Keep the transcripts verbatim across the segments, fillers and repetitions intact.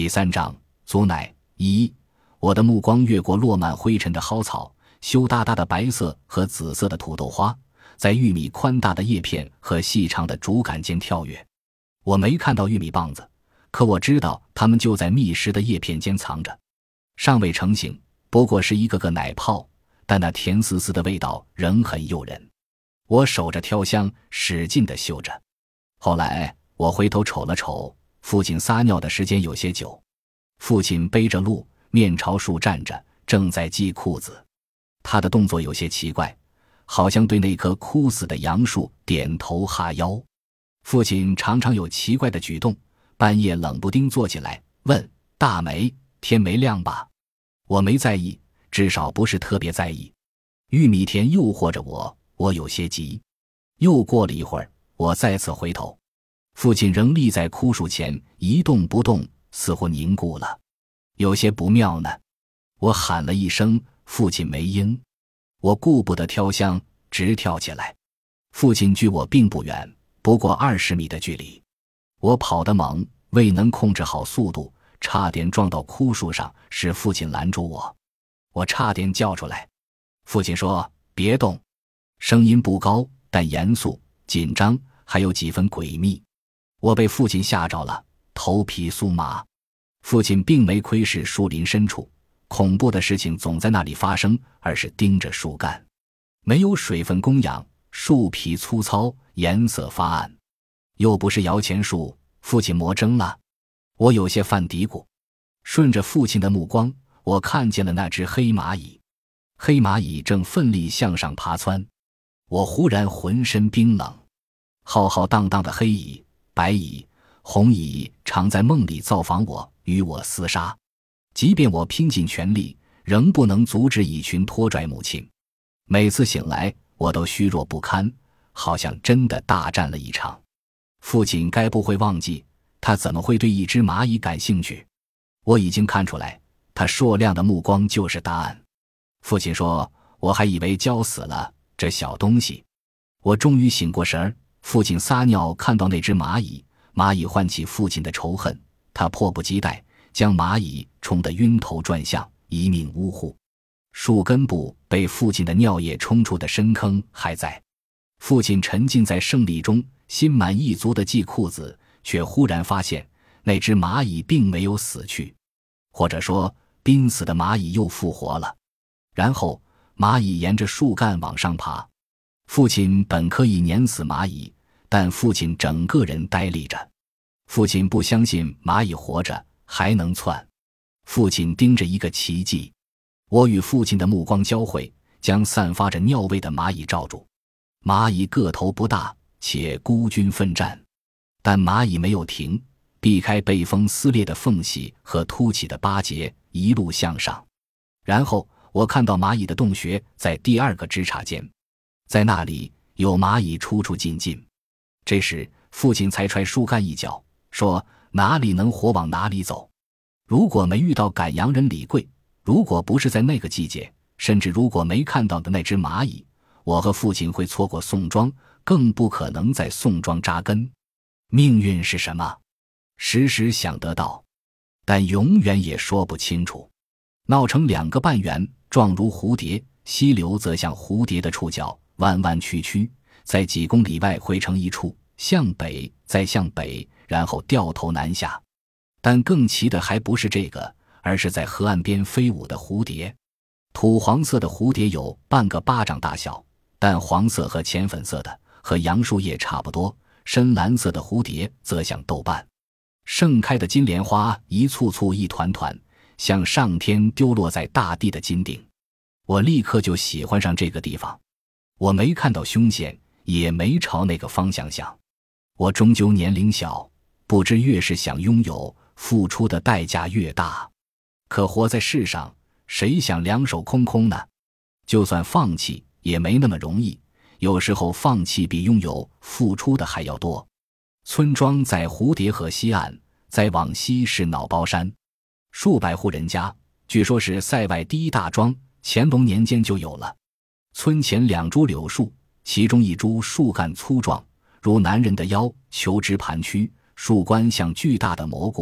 第三章，祖乃一。我的目光越过落满灰尘的蒿草，羞答答的白色和紫色的土豆花，在玉米宽大的叶片和细长的竹杆间跳跃。我没看到玉米棒子，可我知道它们就在密实的叶片间藏着，尚未成型，不过是一个个奶泡，但那甜丝丝的味道仍很诱人。我守着挑香，使劲地嗅着。后来我回头瞅了瞅，父亲撒尿的时间有些久。父亲背着鹿，面朝树站着，正在系裤子。他的动作有些奇怪，好像对那棵枯死的杨树点头哈腰。父亲常常有奇怪的举动，半夜冷不丁坐起来，问：大梅，天没亮吧？我没在意，至少不是特别在意。玉米田诱惑着我，我有些急。又过了一会儿，我再次回头，父亲仍立在枯树前，一动不动，似乎凝固了。有些不妙呢。我喊了一声，父亲没应。我顾不得挑香，直跳起来。父亲距我并不远，不过二十米的距离。我跑得猛，未能控制好速度，差点撞到枯树上，使父亲拦住我。我差点叫出来。父亲说：别动。声音不高，但严肃、紧张，还有几分诡秘。我被父亲吓着了，头皮酥麻。父亲并没窥视树林深处，恐怖的事情总在那里发生，而是盯着树干。没有水分供养，树皮粗糙，颜色发暗。又不是摇钱树，父亲魔怔了。我有些犯嘀咕。顺着父亲的目光，我看见了那只黑蚂蚁。黑蚂蚁正奋力向上爬蹿。我忽然浑身冰冷。浩浩荡荡的黑蚁、白蚁、红蚁常在梦里造访我，与我厮杀。即便我拼尽全力，仍不能阻止蚁群拖拽母亲。每次醒来，我都虚弱不堪，好像真的大战了一场。父亲该不会忘记，他怎么会对一只蚂蚁感兴趣？我已经看出来，他硕亮的目光就是答案。父亲说：我还以为焦死了，这小东西。我终于醒过神儿。父亲撒尿看到那只蚂蚁，蚂蚁唤起父亲的仇恨，他迫不及待将蚂蚁冲得晕头转向，一命呜呼。树根部被父亲的尿液冲出的深坑还在。父亲沉浸在胜利中，心满意足地系裤子，却忽然发现那只蚂蚁并没有死去，或者说濒死的蚂蚁又复活了。然后蚂蚁沿着树干往上爬。父亲本可以碾死蚂蚁，但父亲整个人呆立着。父亲不相信蚂蚁活着还能窜。父亲盯着一个奇迹。我与父亲的目光交汇，将散发着尿味的蚂蚁罩住。蚂蚁个头不大，且孤军奋战，但蚂蚁没有停，避开被风撕裂的缝隙和凸起的巴结，一路向上。然后我看到蚂蚁的洞穴在第二个枝杈间，在那里有蚂蚁出出进进。这时父亲才踹树干一脚，说：哪里能活往哪里走。如果没遇到赶羊人李贵，如果不是在那个季节，甚至如果没看到的那只蚂蚁，我和父亲会错过宋庄，更不可能在宋庄扎根。命运是什么？时时想得到，但永远也说不清楚。闹成两个半圆，状如蝴蝶，溪流则像蝴蝶的触角，弯弯曲曲，在几公里外汇成一处，向北再向北，然后掉头南下。但更奇的还不是这个，而是在河岸边飞舞的蝴蝶。土黄色的蝴蝶有半个巴掌大小，淡黄色和浅粉色的和杨树叶差不多，深蓝色的蝴蝶则像豆瓣。盛开的金莲花一簇簇一团团，像上天丢落在大地的金锭。我立刻就喜欢上这个地方。我没看到凶险，也没朝那个方向想。我终究年龄小，不知越是想拥有，付出的代价越大。可活在世上，谁想两手空空呢？就算放弃，也没那么容易。有时候放弃比拥有付出的还要多。村庄在蝴蝶河西岸，再往西是脑包山。数百户人家，据说是塞外第一大庄，乾隆年间就有了。村前两株柳树，其中一株树干粗壮，如男人的腰，球枝盘曲，树冠像巨大的蘑菇，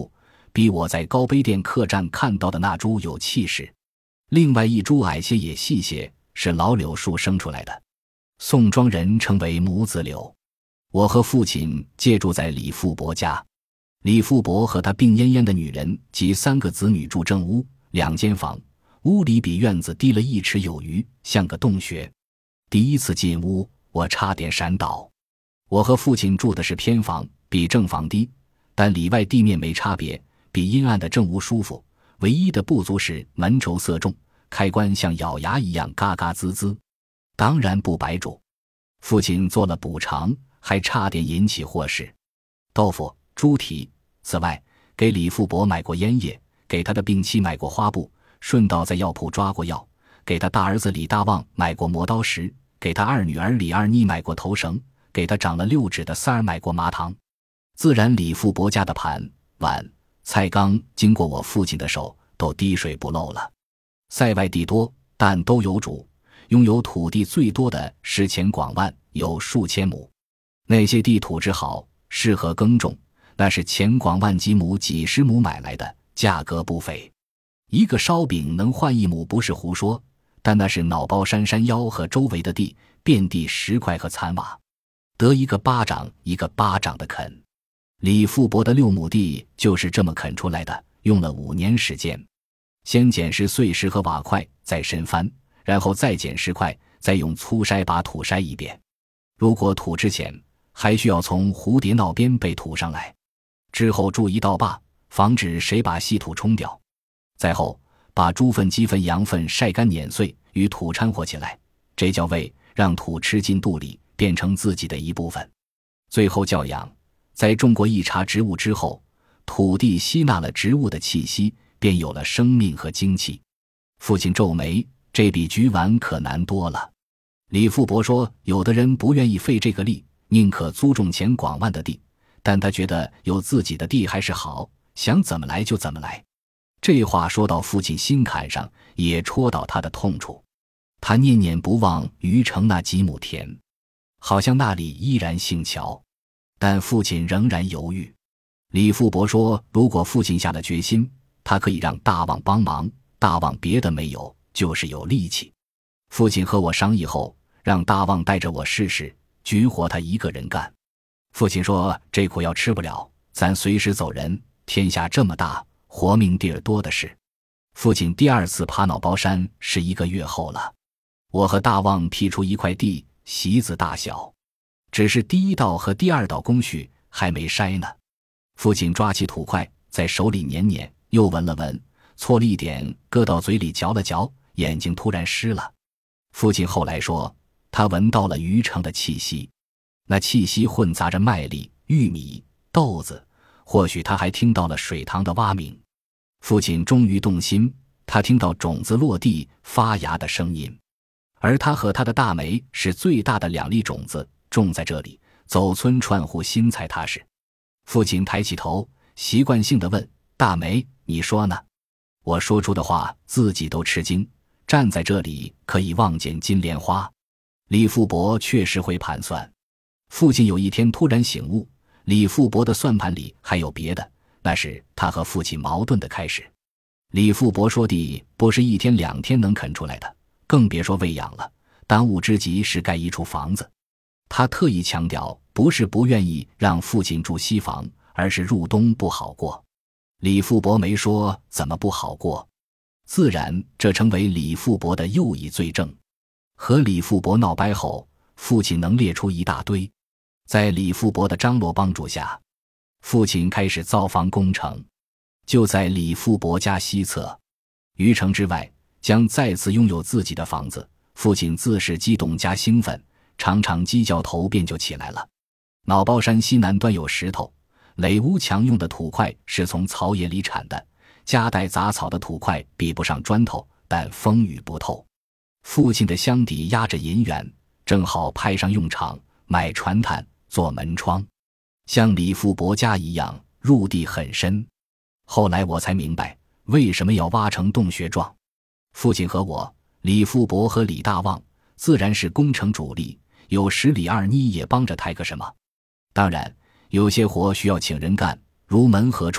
比我在高碑店客栈看到的那株有气势。另外一株矮些也细些，是老柳树生出来的，宋庄人称为母子柳。我和父亲借住在李富伯家，李富伯和他病恹恹的女人及三个子女住正屋，两间房，屋里比院子低了一尺有余，像个洞穴。第一次进屋，我差点闪倒。我和父亲住的是偏房，比正房低，但里外地面没差别，比阴暗的正屋舒服。唯一的不足是门轴色重，开关像咬牙一样嘎嘎滋滋，当然不白煮。父亲做了补偿，还差点引起祸事。豆腐、猪蹄，此外给李富伯买过烟叶，给他的病妻买过花布，顺道在药铺抓过药，给他大儿子李大旺买过磨刀石，给他二女儿李二妮买过头绳，给他长了六指的三儿买过麻糖。自然李富伯家的盘、碗、菜缸经过我父亲的手都滴水不漏了。塞外地多，但都有主，拥有土地最多的是前广万，有数千亩。那些地土质好，适合耕种，那是前广万几亩几十亩买来的，价格不菲。一个烧饼能换一亩不是胡说，但那是脑包山山腰和周围的地，遍地石块和残瓦，得一个巴掌一个巴掌的啃。李富伯的六亩地就是这么啃出来的，用了五年时间。先捡拾碎石和瓦块，再深翻，然后再捡石块，再用粗筛把土筛一遍。如果土之前，还需要从蝴蝶闹边被土上来，之后筑一道坝，防止谁把稀土冲掉。再后把猪粪、鸡粪、羊粪晒干碾碎，与土掺和起来，这叫喂，让土吃进肚里，变成自己的一部分。最后教养，在种过一茬植物之后，土地吸纳了植物的气息，便有了生命和精气。父亲皱眉，这比举碗可难多了。李富伯说，有的人不愿意费这个力，宁可租种前广万的地，但他觉得有自己的地还是好，想怎么来就怎么来。这话说到父亲心坎上，也戳到他的痛处。他念念不忘余城那几亩田，好像那里依然姓乔，但父亲仍然犹豫。李富伯说，如果父亲下了决心，他可以让大旺帮忙，大旺别的没有，就是有力气。父亲和我商议后，让大旺带着我试试，局活他一个人干。父亲说，这苦要吃不了，咱随时走人，天下这么大，活命地儿多的是。父亲第二次爬脑包山是一个月后了，我和大旺辟出一块地，席子大小，只是第一道和第二道工序还没筛呢。父亲抓起土块，在手里捻捻，又闻了闻，搓了一点，搁到嘴里嚼了嚼，眼睛突然湿了。父亲后来说，他闻到了余城的气息，那气息混杂着麦粒、玉米、豆子，或许他还听到了水塘的蛙鸣。父亲终于动心，他听到种子落地发芽的声音，而他和他的大梅是最大的两粒种子，种在这里，走村串户心才踏实。父亲抬起头，习惯性地问，大梅，你说呢？我说出的话自己都吃惊，站在这里可以望见金莲花。李富伯确实会盘算。父亲有一天突然醒悟，李富伯的算盘里还有别的，那是他和父亲矛盾的开始。李富伯说，地不是一天两天能啃出来的，更别说喂养了，当务之急是盖一处房子。他特意强调，不是不愿意让父亲住西房，而是入冬不好过。李富伯没说怎么不好过，自然这成为李富伯的又一罪证。和李富伯闹掰后，父亲能列出一大堆。在李富伯的张罗帮助下，父亲开始造房工程，就在李富伯家西侧，余城之外将再次拥有自己的房子。父亲自是激动加兴奋，常常鸡叫头便就起来了。脑包山西南端有石头，垒屋墙用的土块是从草野里铲的，夹带杂草的土块比不上砖头，但风雨不透。父亲的箱底压着银元，正好派上用场，买船毯做门窗，像李富伯家一样，入地很深。后来我才明白为什么要挖成洞穴状。父亲和我，李富伯和李大旺自然是工程主力，有时李二妮也帮着抬个什么。当然有些活需要请人干，如门和窗，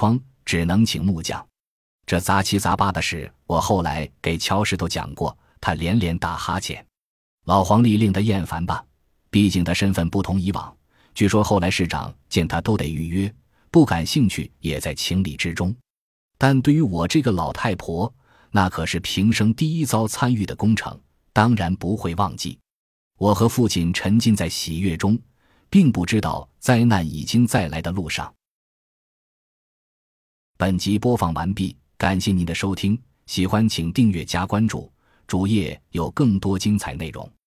只能请木匠。这杂七杂八的事，我后来给乔石头讲过，他连连打哈欠。老黄历令他厌烦吧，毕竟他身份不同以往，据说后来市长见他都得预约，不感兴趣也在情理之中。但对于我这个老太婆，那可是平生第一遭参与的工程，当然不会忘记。我和父亲沉浸在喜悦中，并不知道灾难已经在来的路上。本集播放完毕，感谢您的收听，喜欢请订阅加关注，主页有更多精彩内容。